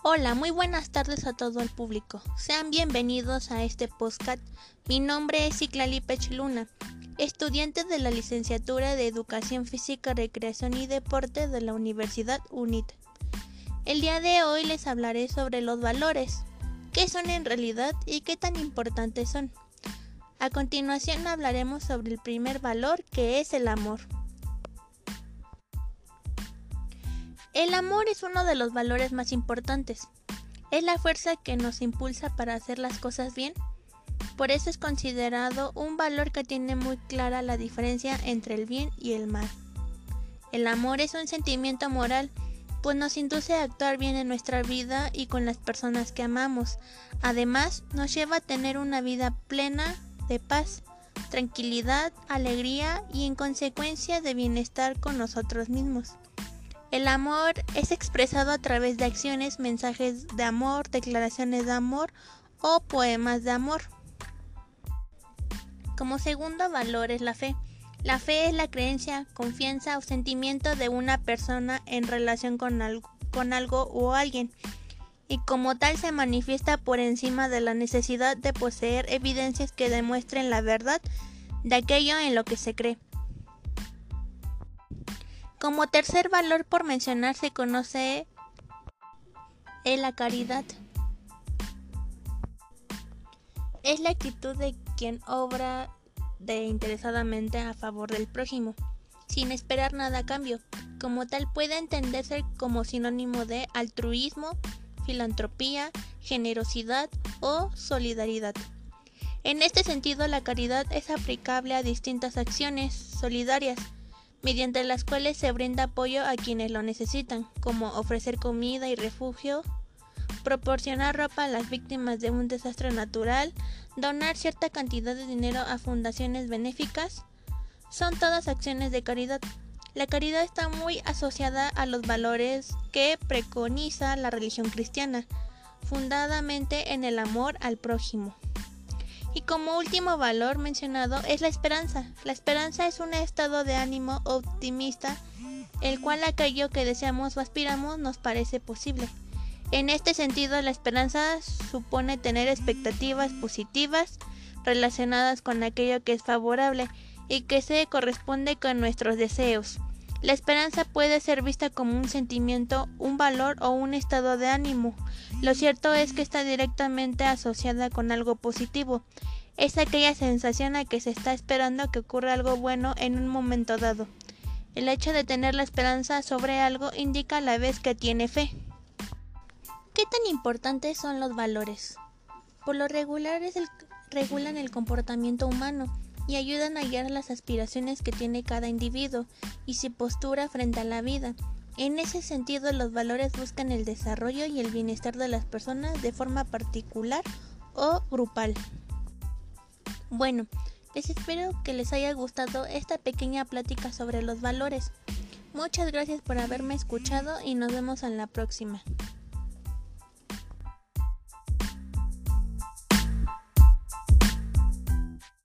Hola, muy buenas tardes a todo el público. Sean bienvenidos a este podcast. Mi nombre es Citlali Pechluna, estudiante de la licenciatura de Educación Física, Recreación y Deporte de la Universidad UNIT. El día de hoy les hablaré sobre los valores, qué son en realidad y qué tan importantes son. A continuación hablaremos sobre el primer valor, que es el amor. El amor es uno de los valores más importantes. Es la fuerza que nos impulsa para hacer las cosas bien. Por eso es considerado un valor que tiene muy clara la diferencia entre el bien y el mal. El amor es un sentimiento moral, pues nos induce a actuar bien en nuestra vida y con las personas que amamos. Además, nos lleva a tener una vida plena de paz, tranquilidad, alegría y en consecuencia de bienestar con nosotros mismos. El amor es expresado a través de acciones, mensajes de amor, declaraciones de amor o poemas de amor. Como segundo valor es la fe. La fe es la creencia, confianza o sentimiento de una persona en relación con algo o alguien, y como tal se manifiesta por encima de la necesidad de poseer evidencias que demuestren la verdad de aquello en lo que se cree. Como tercer valor por mencionar se conoce la caridad. Es la actitud de quien obra interesadamente a favor del prójimo, sin esperar nada a cambio. Como tal puede entenderse como sinónimo de altruismo, filantropía, generosidad o solidaridad. En este sentido, la caridad es aplicable a distintas acciones solidarias, mediante las cuales se brinda apoyo a quienes lo necesitan, como ofrecer comida y refugio, proporcionar ropa a las víctimas de un desastre natural, donar cierta cantidad de dinero a fundaciones benéficas. Son todas acciones de caridad. La caridad está muy asociada a los valores que preconiza la religión cristiana, fundadamente en el amor al prójimo. Y como último valor mencionado es la esperanza. La esperanza es un estado de ánimo optimista, el cual aquello que deseamos o aspiramos nos parece posible. En este sentido, la esperanza supone tener expectativas positivas relacionadas con aquello que es favorable y que se corresponde con nuestros deseos. La esperanza puede ser vista como un sentimiento, un valor o un estado de ánimo. Lo cierto es que está directamente asociada con algo positivo. Es aquella sensación a que se está esperando que ocurra algo bueno en un momento dado. El hecho de tener la esperanza sobre algo indica a la vez que tiene fe. ¿Qué tan importantes son los valores? Por lo regular regulan el comportamiento humano y ayudan a guiar las aspiraciones que tiene cada individuo y su postura frente a la vida. En ese sentido, los valores buscan el desarrollo y el bienestar de las personas de forma particular o grupal. Bueno, les espero que les haya gustado esta pequeña plática sobre los valores. Muchas gracias por haberme escuchado y nos vemos en la próxima.